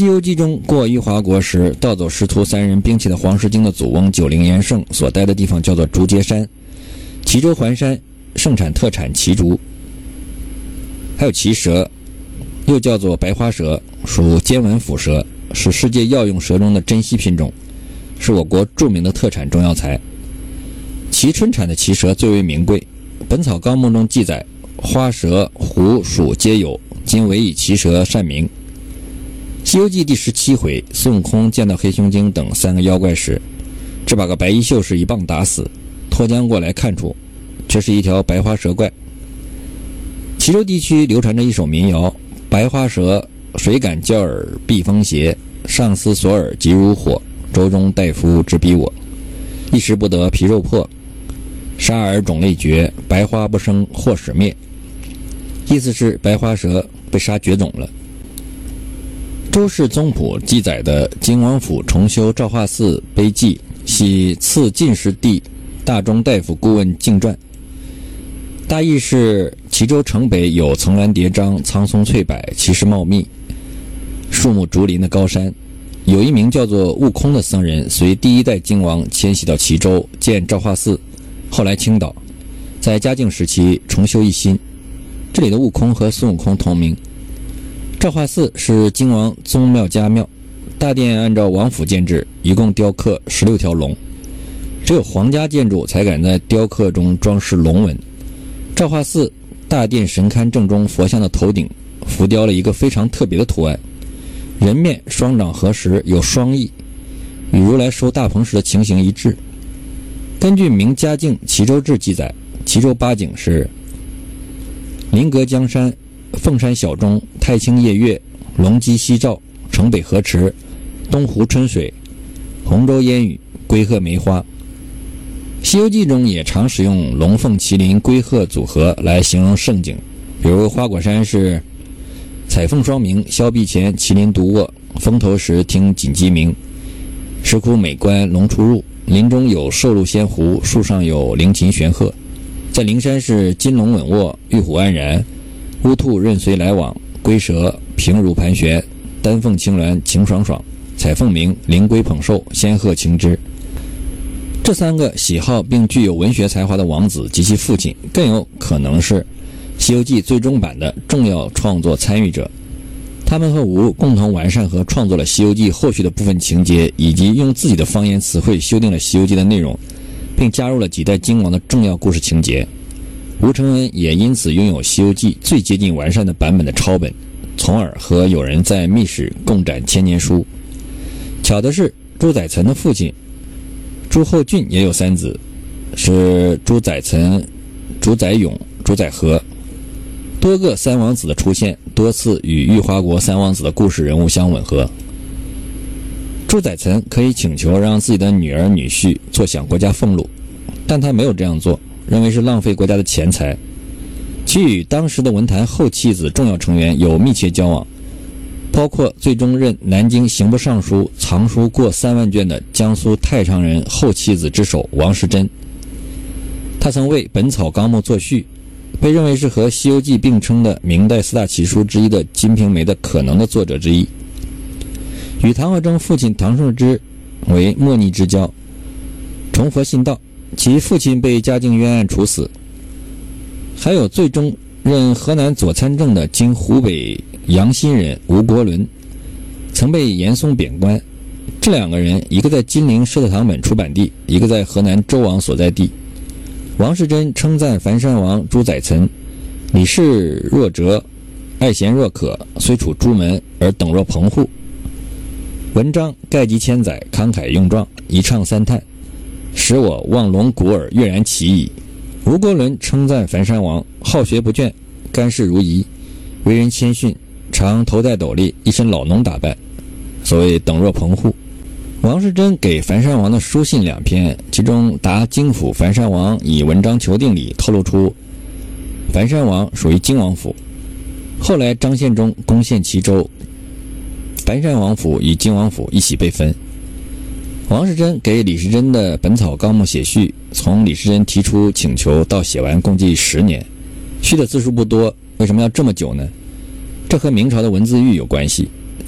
西游记中过玉华国时，盗走师徒三人兵器的黄狮精的祖翁九灵元圣所待的地方叫做竹节山。齐州环山盛产特产奇竹，还有奇蛇，又叫做白花蛇，属尖吻腐蛇，是世界药用蛇中的珍稀品种，是我国著名的特产中药材。齐春产的奇蛇最为名贵，《本草纲目》中记载，花蛇、狐、鼠皆有，今唯以奇蛇善名。西游记第17回，孙悟空见到黑熊精等3个妖怪时，只把个白衣秀士一棒打死，脱缰过来看出，却是一条白花蛇怪。齐州地区流传着一首民谣：白花蛇，谁敢叫耳避风邪？上司索耳急如火，舟中大夫直逼我。一时不得皮肉破，杀耳种类绝，白花不生或始灭。意思是白花蛇被杀绝种了。周氏宗谱记载的金王府重修昭化寺碑记，系赐进士第大中大夫顾问径传。大意是齐州城北有层峦叠嶂、苍松翠柏、奇石茂密、树木竹林的高山，有一名叫做悟空的僧人，随第一代金王迁徙到齐州建昭化寺，后来倾倒，在嘉靖时期重修一新。这里的悟空和孙悟空同名。昭化寺是金王宗庙家庙，大殿按照王府建制，一共雕刻16条龙，只有皇家建筑才敢在雕刻中装饰龙纹。昭化寺大殿神龛正中佛像的头顶浮雕了一个非常特别的图案，人面双掌合十，有双翼，与如来收大鹏时的情形一致。根据明嘉靖齐州志记载，齐州八景是临阁江山、凤山小钟、太清夜月、龙基夕照、城北河池、东湖春水、洪州烟雨、龟鹤梅花。西游记中也常使用龙凤麒麟龟鹤组合来形容盛景，比如花果山是彩凤双鸣，峭壁前麒麟独卧，风头时听锦鸡鸣，石窟美观龙出入，林中有寿鹿仙狐，树上有灵禽玄鹤。在灵山是金龙稳卧，玉虎安然，乌兔任随来往，龟蛇平如盘旋，丹凤青鸾晴爽爽，彩凤鸣，灵龟捧寿，仙鹤情之。这3个喜好并具有文学才华的王子及其父亲，更有可能是《西游记》最终版的重要创作参与者。他们和吴共同完善和创作了《西游记》后续的部分情节，以及用自己的方言词汇修订了《西游记》的内容，并加入了几代金王的重要故事情节。吴承恩也因此拥有《西游记》最接近完善的版本的抄本，从而和友人在密室共展千年书。巧的是，朱载岑的父亲朱厚俊也有3子，是朱载岑、朱载永、朱载和。多个3王子的出现，多次与玉华国3王子的故事人物相吻合。朱载岑可以请求让自己的女儿女婿坐享国家俸禄，但他没有这样做，认为是浪费国家的钱财。其与当时的文坛后弃子重要成员有密切交往，包括最终任南京刑部尚书、藏书过3万卷的江苏太常人后弃子之首王士祯。他曾为《本草纲目》作序，被认为是和《西游记》并称的明代4大奇书之一的《金瓶梅》的可能的作者之一。与唐和征父亲唐顺之为莫逆之交，崇佛信道，其父亲被嘉靖冤案处死。还有最终任河南左参政的今湖北阳新人吴国伦，曾被严嵩贬官。这2个人，一个在金陵社特堂本出版地，一个在河南周王所在地。王士祯称赞樊山王朱载岑，理事若哲，爱贤若可，虽处朱门而等若棚户。文章盖及千载，慷慨用状，一唱三叹，使我望龙鼓耳，跃然其矣。吴国伦称赞樊山王好学不倦，干事如仪，为人谦逊，常头戴斗笠，一身老农打扮，所谓等若棚户。王士祯给樊山王的书信2篇，其中答京府樊山王以文章求定里透露出樊山王属于金王府。后来张献忠攻陷齐州，樊山王府与金王府一起被分。王士祯给李时珍的《本草纲目》写序，从李时珍提出请求到写完共计10年，序的字数不多，为什么要这么久呢？这和明朝的文字狱有关系。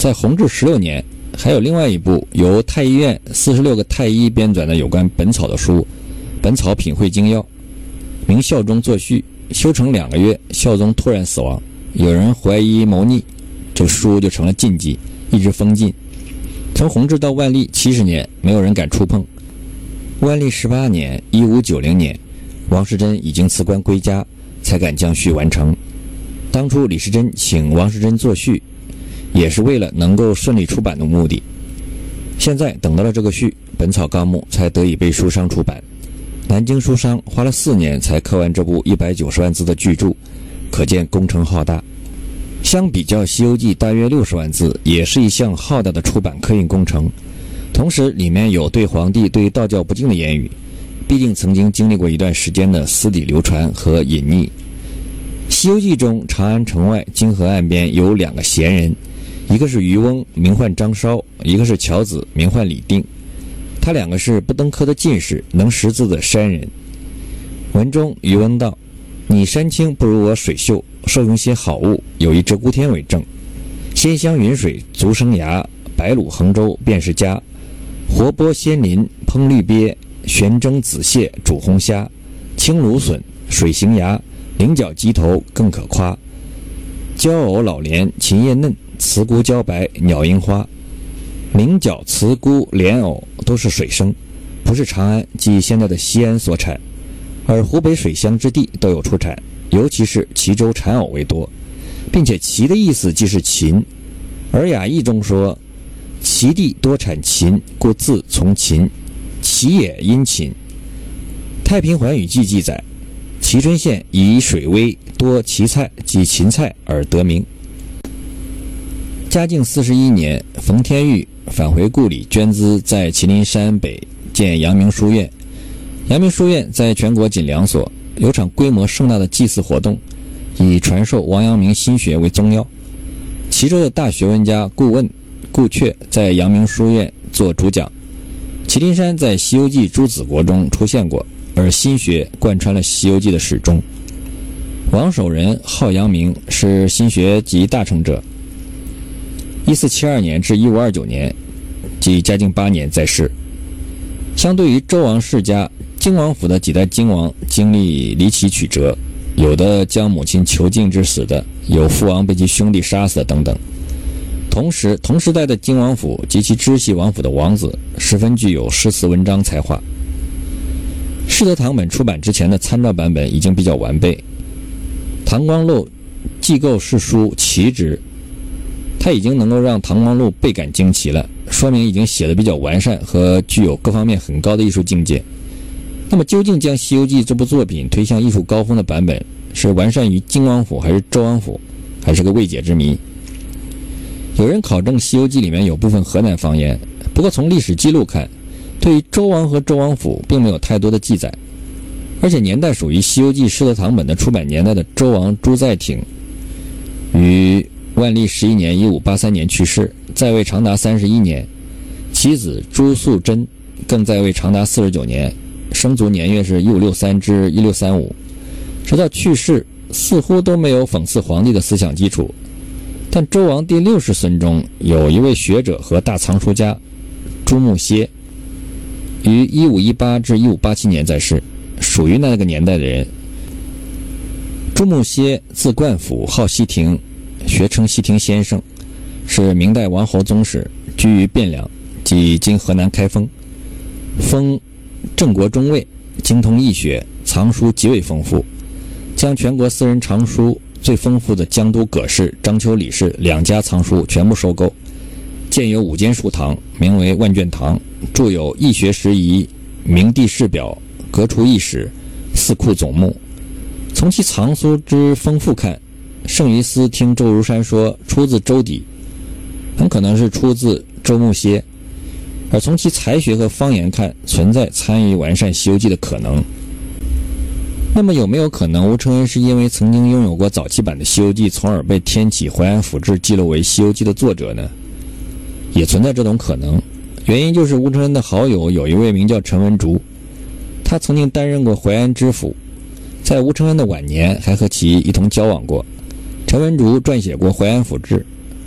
在弘治16年，还有另外一部由太医院46个太医编纂的有关本草的书《本草品会精要》，明孝宗作序，修成2个月，孝宗突然死亡，有人怀疑谋逆，这书就成了禁忌，一直封禁。从弘治到万历70年，没有人敢触碰。万历18年1590年，王士祯已经辞官归家，才敢将序完成。当初李时珍请王士祯作序，也是为了能够顺利出版的目的。现在等到了这个序，《本草纲目》才得以被书商出版。南京书商花了4年才刻完这部190万字的巨著，可见工程浩大。相比较《西游记》大约60万字，也是一项浩大的出版刻印工程。同时里面有对皇帝对道教不敬的言语，毕竟曾经经历过一段时间的私底流传和隐匿。《西游记》中长安城外泾河岸边有2个贤人，一个是渔翁，名唤张稍，一个是樵子，名唤李定。他2个是不登科的进士，能识字的山人。文中渔翁道：你山清不如我水秀，受用些好物，有一鹧鸪天为证。鲜香云水足生涯，白鹭衡州便是家。活剥鲜鳞烹绿鳖，悬蒸紫蟹煮红虾。青芦笋水行芽，菱角鸡头更可夸。椒藕老莲琴叶嫩，茨菇茭白鸟樱花。菱角、茨菇、莲藕都是水生，不是长安即现在的西安所产，而湖北水乡之地都有出产，尤其是齐州产藕为多，并且齐的意思即是秦。《尔雅译》中说：齐地多产芹，故自从秦，齐也因秦。《太平寰宇记》记载，蕲春县以水微多蕲菜及芹菜而得名。嘉靖41年，冯天玉返回故里，捐资在麒麟山北建阳明书院。阳明书院在全国仅2所，有场规模盛大的祭祀活动，以传授王阳明心学为宗要。齐州的大学问家顾问、顾阙在阳明书院做主讲。麒麟山在《西游记》诸子国中出现过，而心学贯穿了《西游记》的始终。王守仁号阳明，是心学集大成者。1472年至1529年，即嘉靖8年在世。相对于周王世家，靖王府的几代靖王经历离奇曲折，有的将母亲囚禁致死的，有父王被其兄弟杀死的等等。同时代的靖王府及其支系王府的王子十分具有诗词文章才华。世德堂本出版之前的参照版本已经比较完备，唐光禄既构世书奇之，他已经能够让唐光禄倍感惊奇了，说明已经写得比较完善和具有各方面很高的艺术境界。那么究竟将《西游记》这部作品推向艺术高峰的版本是完善于靖王府还是周王府，还是个未解之谜。有人考证《西游记》里面有部分河南方言，不过从历史记录看，对于周王和周王府并没有太多的记载，而且年代属于《西游记》世德堂本的出版年代的周王朱载挺，于万历11年1583年去世，在位长达31年。其子朱素贞更在位长达49年，生卒年月是1563至1635。直到去世，似乎都没有讽刺皇帝的思想基础。但周王第60孙中有一位学者和大藏书家朱穆歇，于1518至1587年在世，属于那个年代的人。朱穆歇字冠甫，号西亭，学称西亭先生，是明代王侯宗室，居于汴梁，即今河南开封，封郑国中尉，精通易学，藏书极为丰富，将全国私人藏书最丰富的江都葛氏、章丘李氏2家藏书全部收购，建有5间书堂，名为万卷堂，著有《易学拾遗》《明帝世表》《革除异史》4库总目。从其藏书之丰富看，圣于斯听周如山说出自周翟，很可能是出自周穆歇，而从其才学和方言看，存在参与完善《西游记》的可能。那么有没有可能吴承恩是因为曾经拥有过早期版的《西游记》，从而被天启淮安府志记录为《西游记》的作者呢？也存在这种可能，原因就是吴承恩的好友有一位名叫陈文烛，他曾经担任过淮安知府，在吴承恩的晚年还和其一同交往过。陈文烛撰写过淮安府志，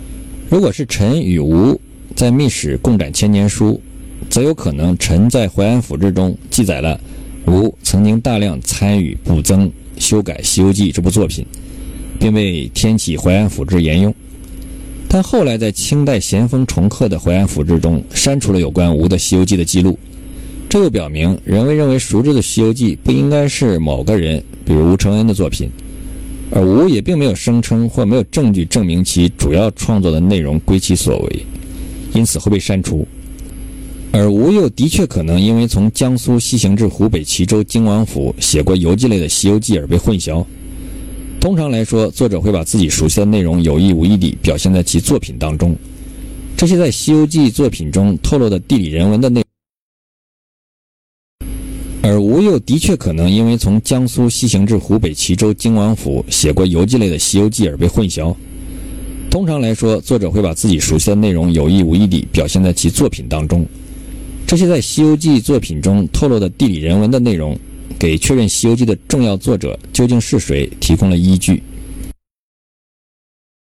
如果是陈与吴在密室共展千年书，则有可能陈在淮安府志中记载了吴曾经大量参与补增修改《西游记》这部作品，并为天启淮安府志沿用。但后来在清代咸丰重刻的淮安府志中删除了有关吴的《西游记》的记录，这又表明人为认为熟知的《西游记》不应该是某个人，比如吴承恩的作品，而吴也并没有声称或没有证据证明其主要创作的内容归其所为，因此会被删除。而吴又的确可能因为从江苏西行至湖北齐州荆王府写过游记类的《西游记》而被混淆。通常来说，作者会把自己熟悉的内容有意无意地表现在其作品当中，这些在《西游记》作品中透露的地理人文的内容，而吴又的确可能因为从江苏西行至湖北齐州荆王府写过游记类的《西游记》而被混淆。通常来说，作者会把自己熟悉的内容有意无意地表现在其作品当中，这些在《西游记》作品中透露的地理人文的内容，给确认《西游记》的重要作者究竟是谁提供了依据。